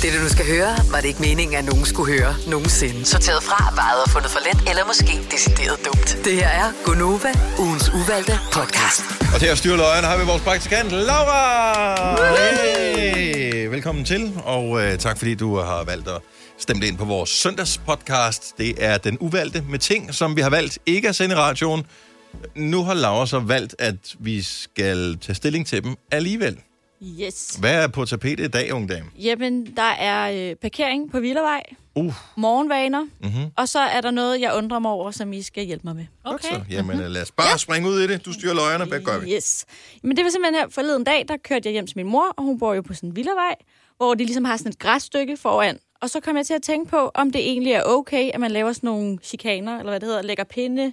Det du skal høre, var det ikke meningen, at nogen skulle høre nogensinde. Sorteret fra, vejet og fundet for let, eller måske decideret dumt. Det her er Gonova, ugens uvalgte podcast. Og til at styre løjerne har vi vores praktikant, Laura! Hey! Velkommen til, og tak fordi du har valgt at stemme ind på vores søndagspodcast. Det er den uvalgte med ting, som vi har valgt ikke at sende i radioen. Nu har Laura så valgt, at vi skal tage stilling til dem alligevel. Yes. Hvad er på tapetet i dag, unge dame? Jamen, der er parkering på Villavej, morgenvaner, og så er der noget, jeg undrer mig over, som I skal hjælpe mig med. Okay. Så, jamen, lad os bare springe ud i det. Du styrer løjerne, hvad gør vi? Yes. Men det var simpelthen her forleden dag, der kørte jeg hjem til min mor, og hun bor jo på sådan en villavej, hvor de ligesom har sådan et græsstykke foran. Og så kom jeg til at tænke på, om det egentlig er okay, at man laver sådan nogle chikaner, eller hvad det hedder, lægger pinde,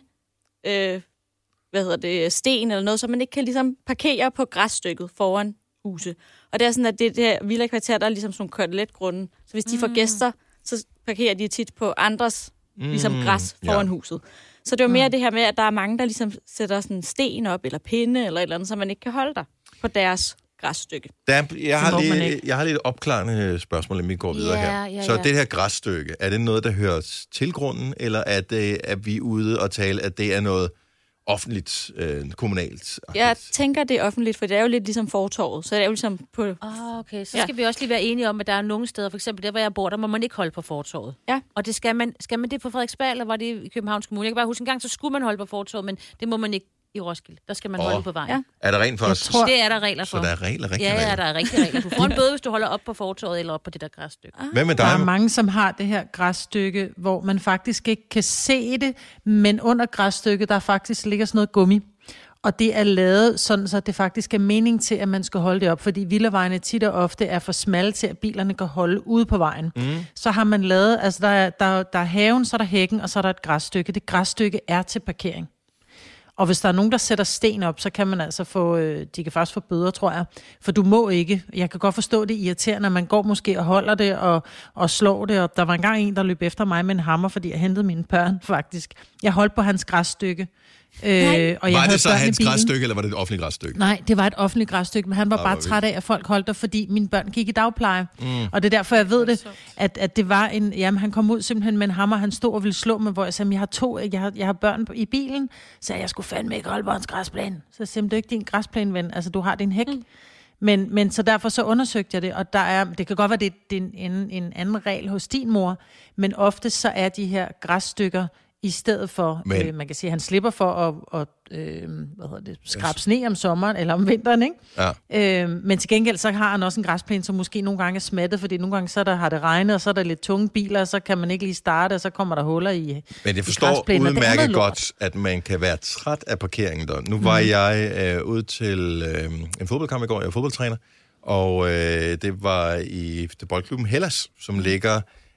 sten eller noget, så man ikke kan ligesom parkere på græsstykket foran huse. Og det er sådan, at det her villakvarter, der er ligesom sådan nogle koteletgrunde. Så hvis de får gæster, så parkerer de tit på andres ligesom græs foran huset. Så det var mere det her med, at der er mange, der ligesom sætter sådan en sten op, eller pinde, eller et eller andet, så man ikke kan holde der på deres græsstykke. Jeg har lidt opklarende spørgsmål, inden vi går videre her. Så det her græsstykke, er det noget, der hører til grunden, eller er det, at vi er ude og tale, at det er noget offentligt, kommunalt? Jeg tænker, det er offentligt, for det er jo lidt ligesom fortorvet, så det er jo ligesom på... Okay, så skal vi også lige være enige om, at der er nogle steder, for eksempel der, hvor jeg bor, der må man ikke holde på fortorvet. Ja. Og det skal man det på Frederiksberg, eller var det i Københavns Kommune? Jeg kan bare huske en gang, så skulle man holde på fortorvet, men det må man ikke i Roskilde. Der skal man holde på vejen. Ja. Er der rent for os? Det er der regler for. Så der er regler, regler? Ja, der er rigtige regler. Du får en bøde, hvis du holder op på fortorvet, eller op på det der græsstykke. Hvad med dig? Der er mange, som har det her græsstykke, hvor man faktisk ikke kan se det, men under græsstykket, der faktisk ligger sådan noget gummi. Og det er lavet sådan, så det faktisk er mening til, at man skal holde det op, fordi villavejene tit og ofte er for smalle til, at bilerne kan holde ude på vejen. Så har man lavet, altså der er haven, så er der hækken, og så er der et græsstykke. Det græsstykke er til parkering. Og hvis der er nogen, der sætter sten op, så kan man altså få, de kan faktisk få bøder, tror jeg. For du må ikke. Jeg kan godt forstå det irriterende, at man går måske og holder det og slår det. Og der var engang en, der løb efter mig med en hammer, fordi jeg hentede mine børn, faktisk. Jeg holdt på hans græsstykke. Og jeg var det så hans græsstykke, eller var det et offentligt græsstykke? Nej, det var et offentligt græsstykke, men han var bare træt af, at folk holdt der, fordi mine børn gik i dagpleje. Og det er derfor, jeg ved det, at det var en... Jamen, han kom ud simpelthen med en hammer, han stod og ville slå mig, hvor jeg sagde, jeg har børn i bilen, så jeg skulle fandme ikke holde på hans græsplæne. Så jeg sagde, det er ikke din græsplæne, ven, altså du har din hæk. Men så derfor så undersøgte jeg det, og det kan godt være, det er en anden regel hos din mor, men ofte så er de her græsstykker, i stedet for, man kan sige, han slipper for at skrabe sne om sommeren, eller om vinteren, ikke? Ja. Men til gengæld, så har han også en græsplæne, som måske nogle gange er smattet, fordi nogle gange så har det regnet, og så er der lidt tunge biler, og så kan man ikke lige starte, og så kommer der huller i. Men jeg forstår udmærket godt, at man kan være træt af parkeringen der. Nu var jeg ude til en fodboldkamp i går, jeg var fodboldtræner, og det var i boldklubben Hellas, som ligger...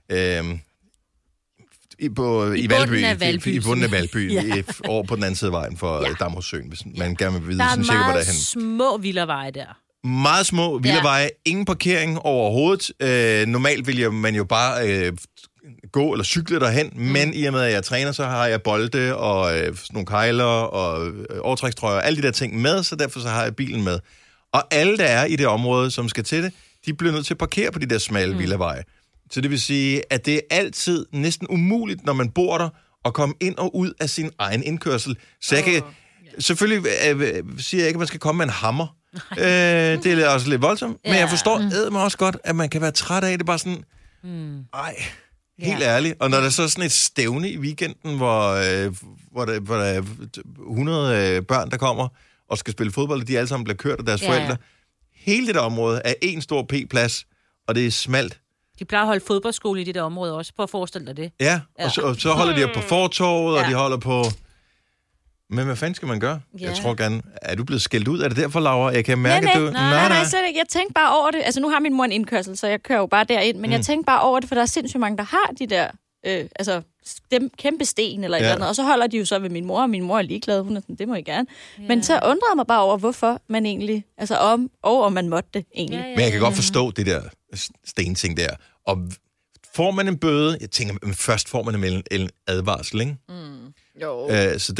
I Valby, i bunden af Valby, over på den anden side af vejen for Damhussøen, hvis man gerne vil vide, sådan cirka, hvor der er henne. Små villaveje der. Meget små villaveje, ingen parkering overhovedet. Normalt vil man jo bare gå eller cykle derhen, men i og med, at jeg træner, så har jeg bolde og nogle kejler og overtrækstrøjer og alle de der ting med, så derfor så har jeg bilen med. Og alle, der er i det område, som skal til det, de bliver nødt til at parkere på de der smalle villaveje. Så det vil sige, at det er altid næsten umuligt, når man bor der, at komme ind og ud af sin egen indkørsel. Så jeg kan, selvfølgelig siger jeg ikke, at man skal komme med en hammer. Det er også lidt voldsomt, men jeg forstår mig også godt, at man kan være træt af det. Bare sådan, helt ærligt. Og når der så er sådan et stævne i weekenden, hvor der er 100 børn, der kommer og skal spille fodbold, og de alle sammen bliver kørt af deres forældre. Hele det der område er en stor P-plads, og det er smalt. De plejer at holde fodboldskole i det der område også. Prøv at forestille dig det. Ja, og så holder de op på fortorvet, og de holder på... Men hvad fanden skal man gøre? Ja. Jeg tror gerne... Er du blevet skældt ud? Er det derfor, Laura? Jeg kan mærke, at du... Nej, slet ikke. Jeg tænkte bare over det. Altså, nu har min mor en indkørsel, så jeg kører jo bare derind. Men jeg tænkte bare over det, for der er sindssygt mange, der har de der... dem kæmpe sten eller et eller andet. Og så holder de jo så ved min mor, og min mor er ligeglad. Hun er sådan, det må I gerne. Ja. Men så undrede jeg mig bare over, hvorfor man egentlig... Altså, om man måtte det egentlig. Men jeg kan godt forstå det der stenting der. Og får man en bøde, jeg tænker, først får man en advarsel, ikke? Jo. Så der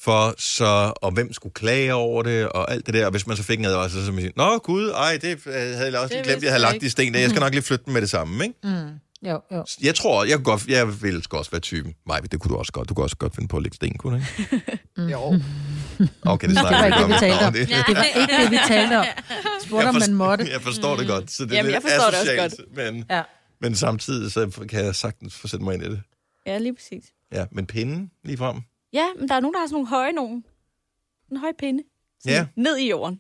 for så, og hvem skulle klage over det, og alt det der. Og hvis man så fik en advarsel, så man siger, nå gud, ej, det havde jeg også lige glemt, jeg havde lagt i sten der. Jeg skal nok lige flytte den med det samme, ikke? Jo. Jeg tror, jeg vil også være typen. Maj, det kunne du også godt. Du kunne også godt finde på at lægge sten, kunne du ikke? Jo. Okay, det var ikke det, vi talte om. Det var ikke det, vi talte om. Spurgte, om man måtte. Jeg forstår det godt. Så det Jamen, er jeg lidt forstår det også asocialt, godt. men samtidig så kan jeg sagtens få sætte mig ind i det. Ja, lige præcis. Ja, men pinden lige frem. Ja, men der er nogen, der har sådan nogle høje nogen. En høj pinde. Ja. Ned i jorden.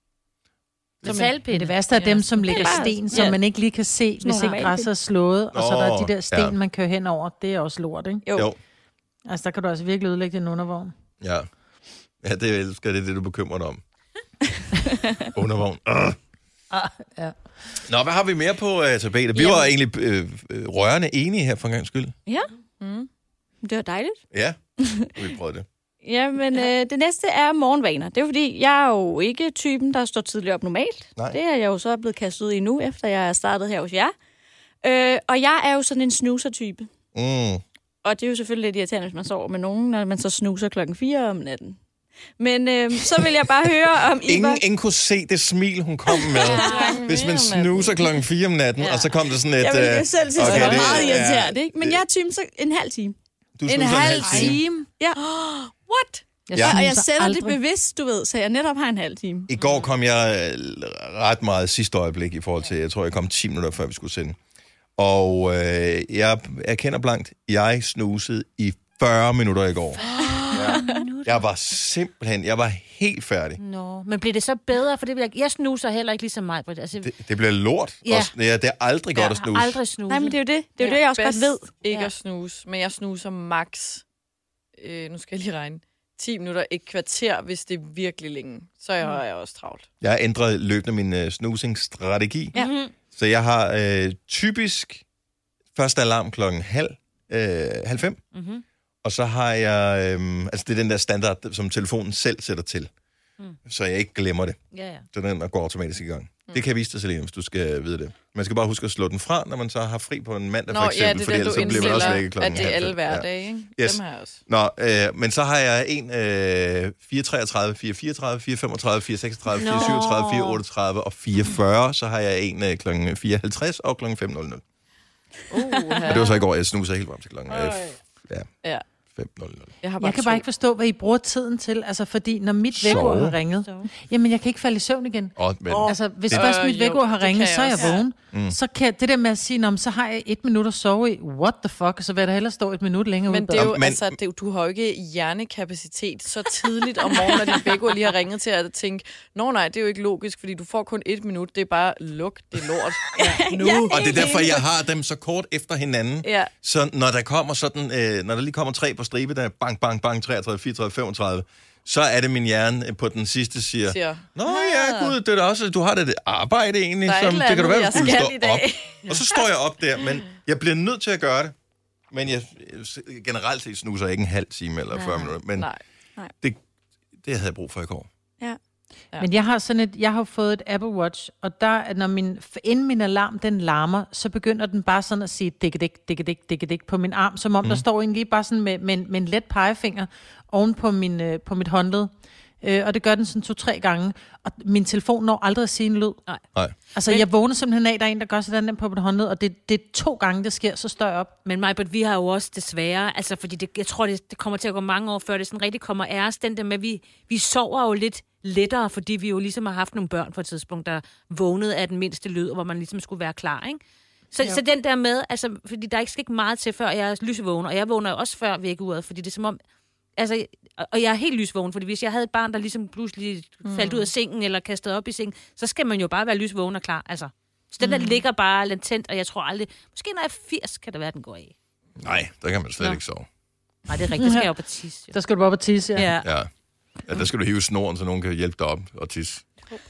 Metalpinde. Det værste er dem, som lægger sten, som man ikke lige kan se, hvis ikke græsset er slået. Og så er der de der sten, man kører hen over. Det er også lort, ikke? Jo. Altså, der kan du altså virkelig ødelægge din undervogn. Ja, det elsker det du bekymrer dig om. Undervogn. Ja. Nå, hvad har vi mere på tapetet? Vi var egentlig rørende enige her for en gang skyld. Ja. Det var dejligt. Ja, vi prøvede det. Ja, men det næste er morgenvaner. Det er fordi, jeg er jo ikke typen, der står tidligt op normalt. Nej. Det er jeg jo så blevet kastet ud i nu, efter jeg er startet her hos jer. Og jeg er jo sådan en snoozer-type. Og det er jo selvfølgelig lidt irriterende, hvis man sover med nogen, når man så snoozer 4:00 om natten. Men så vil jeg bare høre, om I Ingen kunne se det smil, hun kom med, hvis man snoozer 4:00 om natten, og så kom der sådan et... Jeg vil selv sige, det var meget irriterende, ikke? Men det- jeg er typen så en halv time. Du En snoozer halv time? Ja. What? Og jeg sætter det bevidst, du ved, så jeg netop har en halv time. I går kom jeg ret meget sidste øjeblik i forhold til, jeg tror, jeg kom 10 minutter, før vi skulle sende. Og jeg erkender blankt, jeg snusede i 40 minutter i går. Jeg var helt færdig. Nå, men bliver det så bedre? For jeg snuser heller ikke ligesom mig. Altså, Det bliver lort. Ja. Også, det er aldrig godt at snuse. aldrig snuse. Nej, men det er jo det. Det er jo det, jeg også godt ved. Ikke at snuse, men jeg snuser max, nu skal jeg lige regne, 10 minutter, et kvarter, hvis det er virkelig længe. Så har jeg også travlt. Jeg har ændret løbende min snoozing-strategi. Ja. Så jeg har typisk første alarm 4:30. Og så har jeg... altså, det er den der standard, som telefonen selv sætter til. Så jeg ikke glemmer det. Ja. Så den går automatisk i gang. Det kan jeg vise dig, Selina, hvis du skal vide det. Man skal bare huske at slå den fra, når man så har fri på en mandag, for eksempel. Ja, Fordi ellers så bliver man også væk klokken at det er alle 4:30. hverdage, ikke? Yes. Dem har jeg også. Nå, men så har jeg en 4:33, 4:34, 4:35, 4:36, 4:36, 4:37, 4:38 og 4:40. Så har jeg en klokken 4:50 og klokken 5:00. Og det var så i går, jeg snusede helt varmt til klokken 5:00. Jeg kan bare ikke forstå, hvad I bruger tiden til. Altså, fordi når mit vækkeur har ringet... Jamen, jeg kan ikke falde i søvn igen. Altså, hvis først mit vækkeur har ringet, så er jeg vågen. Så kan det der med at sige, så har jeg 1 minut at sove i. What the fuck? Så vil jeg da hellere stå 1 minut længere Men ude. det er jo, altså, du har jo ikke hjernekapacitet så tidligt om morgenen, at din vækkeur lige har ringet til at tænke, nej, det er jo ikke logisk, fordi du får kun 1 minut. Det er bare luk, det er lort. Nu. Og det er derfor, jeg har dem så kort efter hinanden. Ja. Så når der kommer sådan, når der lige kommer 3 på stribe, der bang, bang, bang, 33, 34, 35, så er det min hjerne på den sidste siger, nå ja, gud, det er da også, du har det arbejde egentlig, som det kan du være, du stå op. Og så står jeg op der, men jeg bliver nødt til at gøre det. Men jeg generelt set snuser ikke en halv time eller 40 minutter, men det havde jeg brug for i går. Ja. Men jeg har fået et Apple Watch, og der, inden min alarm, den larmer, så begynder den bare sådan at sige dik på min arm, som om der står en lige bare sådan med en let pegefinger oven på mit håndled. Og det gør den sådan 2-3 gange. Og min telefon når aldrig at sige en lyd. Nej. Altså, jeg vågner simpelthen af, der er en, der gør sådan der på mit håndled, og det er 2 gange, det sker, så står jeg op. Men Majbert, vi har jo også desværre, altså fordi jeg tror, det kommer til at gå mange år, før det sådan rigtig kommer af os, den der med, vi sover jo lidt lettere, fordi vi jo ligesom har haft nogle børn på et tidspunkt, der vågnede af den mindste lyd, hvor man ligesom skulle være klar, ikke? Så den der med, altså, fordi der skal ikke meget til, før jeg er lysvågen, og jeg vågner jo også før vækkeuret, fordi det er som om, altså, og jeg er helt lysvågen, fordi hvis jeg havde et barn, der ligesom pludselig faldt ud af sengen, eller kastet op i sengen, så skal man jo bare være lysvågen og klar, altså. Så den der ligger bare latent, og jeg tror aldrig, måske når jeg er 80, kan det være, den går af. Nej, der kan man slet ikke sove. Nej, det er rigtigt, der skal jeg op og tisse. Jo. Der skal du bare op og tisse, Ja, der skal du hive snoren, så nogen kan hjælpe dig op og tisse.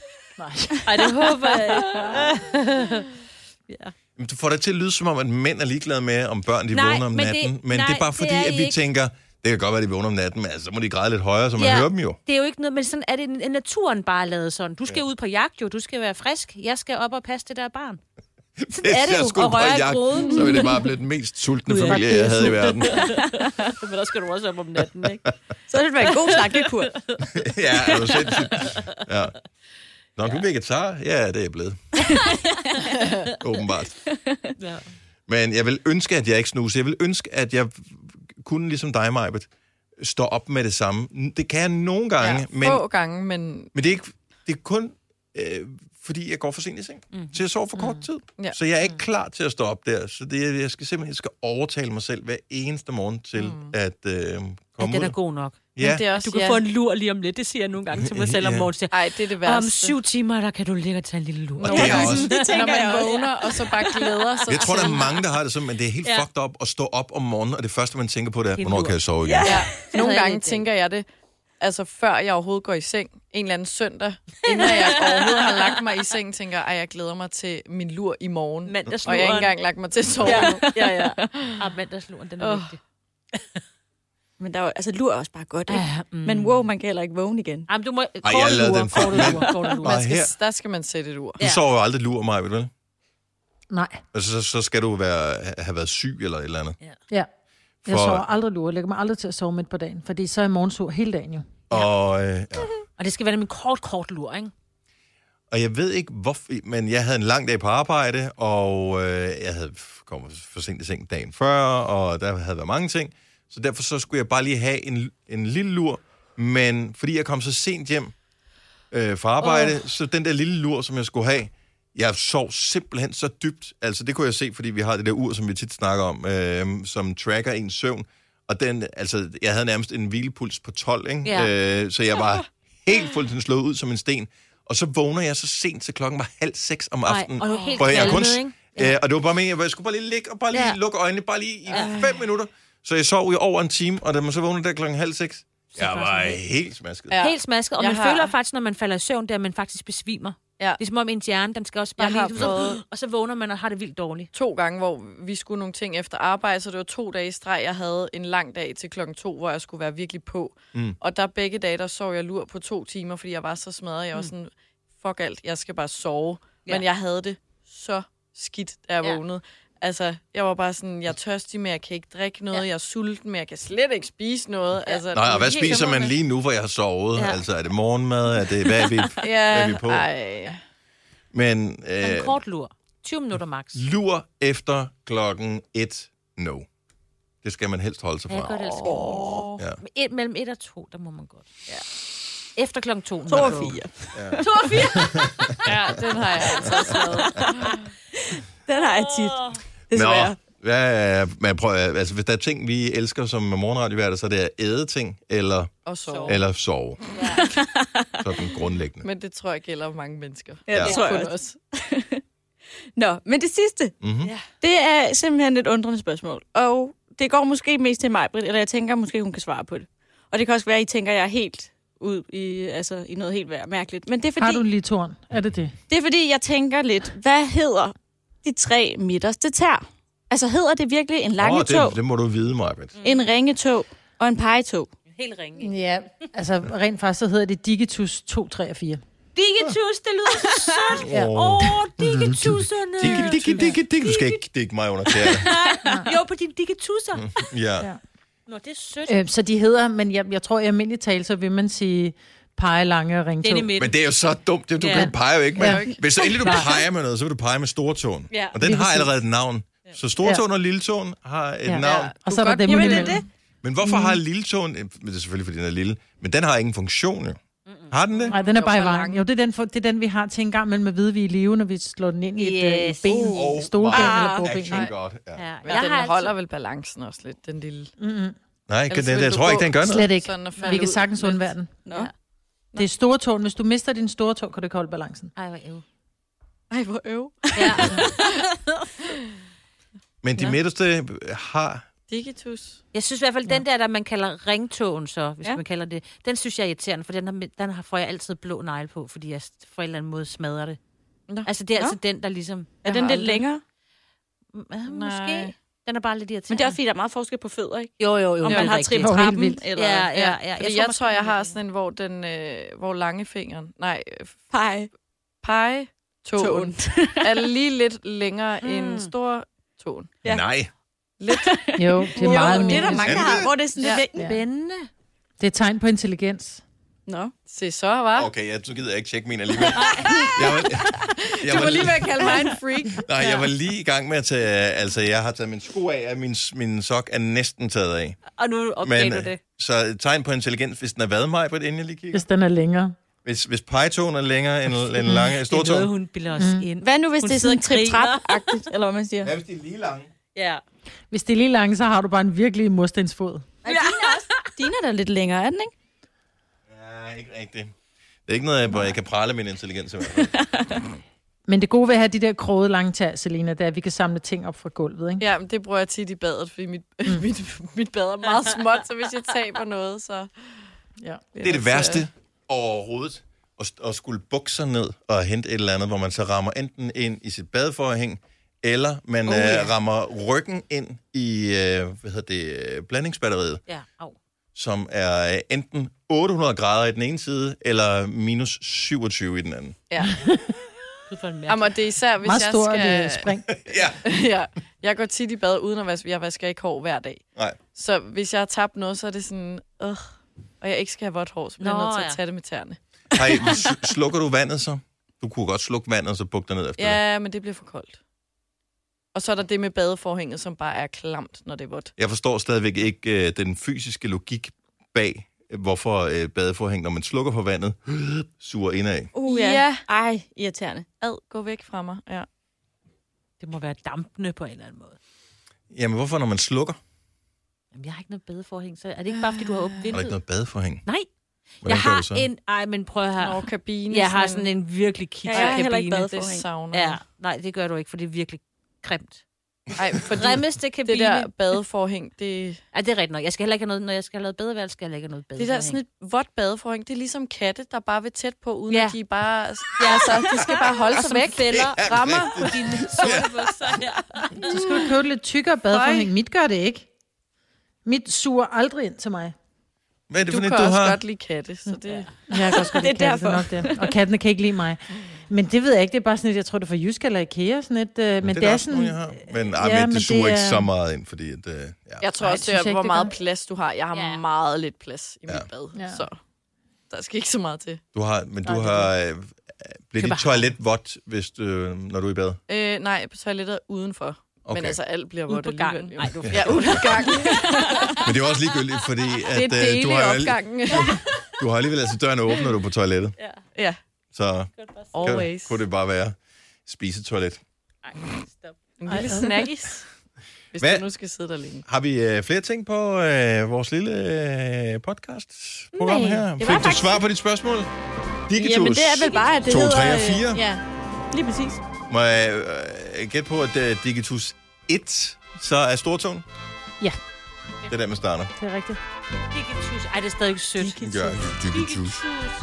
Nej, det håber jeg. Men du får det til at lyde som om, at mænd er ligeglade med, om børn de vågner om natten. Men det er bare fordi, at vi tænker, det kan godt være, at de vågner om natten, men altså, så må de græde lidt højere, så man hører dem jo. Det er jo ikke noget, men sådan er det naturen bare lavet sådan. Du skal ud på jagt jo, du skal være frisk. Jeg skal op og passe det der barn. Så er det jo at røre i gryden. så ville det bare blive den mest sultne familie, jeg havde i verden. Men der skal du også op om natten, ikke? Så ville det være en god snakkekur. Ja, er du sindssygt. Ja. Nå, du er vegetar? Ja, det er jeg blevet. Åbenbart. Ja. Men jeg vil ønske, at jeg ikke snuser. Jeg vil ønske, at jeg kunne, ligesom dig, Majbet, stå op med det samme. Det kan jeg nogle gange, få gange, men det er ikke, det er kun fordi jeg går for sent i seng. Så jeg sover for kort tid. Ja. Så jeg er ikke klar til at stå op der. Så jeg skal overtale mig selv hver eneste morgen til at komme den ud. er god nok. Ja. det er også, Du kan få en lur lige om lidt, det siger jeg nogle gange til mig selv om morgenen. Ej, det er det værste. Om 7 timer, der kan du ligge og tage en lille lur. Og det er også... Når man vågner, og så bare glæder sig. Jeg tror, der er mange, der har det sådan, men det er helt fucked up at stå op om morgenen, og det første, man tænker på, det er, hvornår kan jeg sove igen? Ja. Nogle gange tænker jeg det, altså før jeg overhovedet går i seng, en eller anden søndag, inden jeg overhovedet har lagt mig i seng, tænker jeg glæder mig til min lur i morgen. Og jeg har ikke engang lagt mig til at sove nu. Ja. Mandagsluren, den er vigtig. Men der er jo, altså, lur er også bare godt, ikke? Men man kan heller ikke vågne igen. Jamen, du må... jeg lavede den for... Der skal man sætte et ur. Du sover jo aldrig lur, Maja, vel? Nej. Altså, så skal du have været syg eller et eller andet. Ja. Jeg sover aldrig lur. Jeg lægger mig aldrig til at sove midt på dagen, fordi så er jeg morgensur hele dagen jo. Og det skal være en kort lur, ikke? Og jeg ved ikke, hvorfor, men jeg havde en lang dag på arbejde, og jeg havde kommet for sent i seng dagen før, og der havde været mange ting. Så derfor så skulle jeg bare lige have en lille lur, men fordi jeg kom så sent hjem fra arbejde, så den der lille lur, som jeg skulle have, jeg sov simpelthen så dybt. Altså det kunne jeg se, fordi vi har det der ur, som vi tit snakker om, som tracker ens søvn. Og jeg havde nærmest en hvilepuls på 12, ikke? Ja. Så jeg var helt fuldstændig slået ud som en sten. Og så vågner jeg så sent, til klokken var 5:30 om aftenen. Og du er helt kvalmet, ikke? Og det var bare meningen, at jeg skulle bare lige ligge og bare lige lukke øjnene, bare lige i 5 minutter. Så jeg sov i over en time, og da man så vågnede der klokken 5:30, jeg var helt smasket. Ja. Helt smasket, og man føler faktisk, når man falder i søvn, at man faktisk besvimer. Ja. Det er som om ens hjerne, den skal også bare lige... Og så vågner man og har det vildt dårligt. 2 gange, hvor vi skulle nogle ting efter arbejde, så det var 2 dage i streg. Jeg havde en lang dag til 2:00, hvor jeg skulle være virkelig på. Og der begge dage, der sov jeg lur på 2 timer, fordi jeg var så smadret. Jeg var sådan, fuck alt, jeg skal bare sove. Men jeg havde det så skidt, da jeg vågnede. Altså, jeg var bare sådan, jeg er tørstig, men jeg kan ikke drikke noget. Jeg er sulten, men jeg kan slet ikke spise noget. Altså, nej, og hvad spiser man lige nu, hvor jeg har sovet? Ja. Altså, er det morgenmad? Er det, hvad er vi på? Men en kort lur. 20 minutter max. Lur efter 1:00, no. Det skal man helst holde sig fra. Ja, det mellem 1 og 2, der må man godt. Ja. Efter 2:00. 2 og 4. Ja. 2 og 4? Ja, den har jeg altså slået. Den har jeg tit. Desværre. Men prøv, altså, hvis der er ting, vi elsker som morgenradioværter, så er det at æde ting eller sove. Ja. Sådan grundlæggende. Men det tror jeg gælder mange mennesker. Ja, det tror jeg også. Nå, men det sidste, det er simpelthen et undrende spørgsmål. Og det går måske mest til mig, Britt, eller jeg tænker, måske hun kan svare på det. Og det kan også være, at I tænker, at jeg er helt ud i noget helt mærkeligt. Men det er fordi, har du lige torn? Er det det? Det er fordi, jeg tænker lidt, hvad hedder de 3 midterste tær? Altså hedder det virkelig en lange tog? Det må du vide, Majbet. En ringetog og en pegetog? Helt ringe. Ja, altså rent faktisk så hedder det Digitus 2, 3 og 4. Digitus, det lyder så sødt. Digitusserne. Du skal ikke digge mig under tæerne. Jo, på dine digitusser. Ja. Nå, det er sødt. Så de hedder, men jeg tror, i almindelig tale, så vil man sige pege, lange og ringtog. Men det er jo så dumt. Du kan pege jo ikke. Men hvis så endelig du peger med noget, så vil du pege med stortåen. Ja. Og den har allerede et navn. Så stortåen og lilletåen har et navn. Ja. Og så er der dem imellem. Det. Men hvorfor har lilletåen... Det er selvfølgelig, fordi den er lille. Men den har ingen funktion, jo. Har den det? Nej, den er bare i vejen. Jo, det er den, vi har til en gang mellem at vide, vi er i live, når vi slår den ind i et ben, stolben eller bordben. Godt, men den holder vel balancen også lidt, den lille... Nej, jeg tror ikke, den gør noget. Slet ikke. Vi kan sagtens undvære den. Det er stortåen. Hvis du mister din stortå, kan du ikke holde balancen. Ej, hvor øv. Ja. Men de midterste har... Digitus. Jeg synes i hvert fald, den der man kalder ringtåen, så, hvis man kalder det, den synes jeg er irriterende, for den får jeg altid blå negle på, fordi jeg på en eller anden måde smadrer det. Nå. Altså, det er altså den, der ligesom... Er den lidt længere? Måske. Den er bare lidt irriterende. Men det er også fordi, der er meget forskel på fødder, ikke? Jo. Om man har trimmet trappen, eller... Ja. Jeg tror, jeg har sådan en, hvor langefingeren... Nej. Pege. tåen. Er lige lidt længere end stor tåen. Ja. Nej. Lidt. Jo, det er meget det er der mere. mange, der har, hvor det er sådan lidt... Ja. Spændende. Det er et tegn på intelligens. Nå. Se så, var. Okay, så gider jeg ikke tjekke min alligevel. Du må lige være kalde mig en freak. Nej, jeg var lige i gang med at tage... Altså, jeg har taget min sko af, og min sok er næsten taget af. Og nu opdager du det. Så tegn på intelligens, hvis den er hvad, Maj, på det, inden jeg lige kigger? Hvis den er længere. Hvis pegetåen er længere end lange Det er noget, stortåen? hun bilder os ind. Hvad nu, hvis Hun det er sådan sidder og griner. trip-trap-agtigt, eller hvad man siger? Ja, hvis de er lige lange. Ja. Hvis det er lige langt, så har du bare en virkelig murstensfod. Dine er da lidt længere, er den ikke? Ja, ikke rigtigt. Det er ikke noget, hvor jeg kan prale min intelligens i hvert fald. Men det gode ved at have de der krogede lange tær, Selina, det er, at vi kan samle ting op fra gulvet, ikke? Ja, men det bruger jeg tit i badet, fordi mit bad er meget småt, så hvis jeg taber noget, så... Ja. Det er det værste overhovedet, at skulle bukke sig ned og hente et eller andet, hvor man så rammer enten ind i sit badeforhæng, eller man rammer ryggen ind i blandingsbatteriet, Ja, au. som er enten 800 grader i den ene side, eller minus 27 i den anden. Ja. Jamen, Jamen, det er især, hvis Meget jeg stort skal... spring. Ja. Ja, jeg går tit i bad uden at vaske. Jeg vasker ikke hår hver dag. Nej. Så hvis jeg har tabt noget, så er det sådan... og jeg ikke skal have vådt hår, så bliver jeg nødt til at tage det med tæerne. Slukker du vandet så? Du kunne godt slukke vandet, og så bukke dig ned efter det. Ja, men det bliver for koldt. Og så er der det med badeforhænget, som bare er klamt, når det er vådt. Jeg forstår stadigvæk ikke den fysiske logik bag, hvorfor badeforhæng, når man slukker for vandet, suger indad. Ja. Ej, irriterende. Gå væk fra mig. Ja. Det må være dampende på en eller anden måde. Jamen, hvorfor når man slukker? Jamen, jeg har ikke noget badeforhæng, så er det ikke bare, fordi du har åbent Har du ikke vinduet? noget badeforhæng? Nej. Hvordan Jeg gør du har så? en... Ej, men prøv her. Nå, kabine. Jeg har sådan en virkelig kitsch jeg har heller ikke kabine. badeforhæng. Det savner Ja, nej, det gør du ikke, for det er virkelig grimt. Nej, fordi Grimmeste kabine. det der badeforhæng, det... Ja, det er rigtigt nok. Jeg skal heller ikke have noget, når jeg skal have lavet badeværelse, skal jeg heller ikke have noget Det badeforhæng. der sådan et vådt badeforhæng, det er ligesom katte, der bare vil tæt på, uden Ja. at de bare... Ja, så de skal bare holde Og sig som væk. fælder rammer på dine sorte bukser. Ja. Så skal du købe lidt tykkere badeforhæng. Mit gør det ikke. Mit suger aldrig ind til mig. Hvad er det Du for kan net, du også har? godt lide katte, så det... Jeg kan også godt lide Det er katte, det er nok det. Og kattene kan ikke lide mig. Men det ved jeg ikke, det er bare sådan et, jeg tror det er fra Jysk eller Ikea, sådan et, men det er sådan... Nogen, jeg har. Men, Ja, men det suger det ikke er- så meget ind, fordi... At, Jeg tror Nej, også, synes det jeg er, ikke, hvor det meget gør. plads du har. Jeg har meget lidt plads i mit bad, så der skal ikke så meget til. du har... Bliver dit toilet vådt, når du er i bad? Nej, på toilettet udenfor. Okay. Men altså, alt bliver Ude vådt på alligevel. gangen. jo. Nej, du Ja, ude på gangen. Men det er også ligegyldigt, fordi... At, Det er dele du i har opgangen. du har alligevel altså døren åben, når du er på toilettet. Ja, Så always. kunne det bare være spise-toilet. En lille snackis, hvis Hvad? du nu skal sidde der længe. Har vi flere ting på vores lille podcast-program Nej, her? det var Fik du faktisk- svar på dit spørgsmål? Digitus. Jamen, det er vel bare, at det 2, hedder... 3 og 4. Ja, lige præcis. Må jeg gætte på, at Digitus 1 så er stortåen? Ja. Det er der, man starter. Det er rigtigt. Digitus. Ej, det er stadig sødt. Ja, Digitus.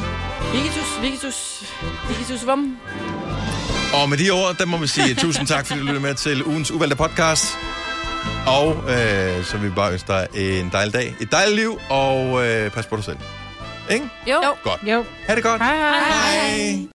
Digitus, vom. Og med de ord, der må vi sige tusind tak, fordi du lyttede med til ugens uvalgte podcast. Og så vil vi bare ønske dig en dejlig dag, et dejligt liv, og pas på dig selv. Ikke? Jo. Godt. Jo. Ha' det godt. Hej hej. Hej.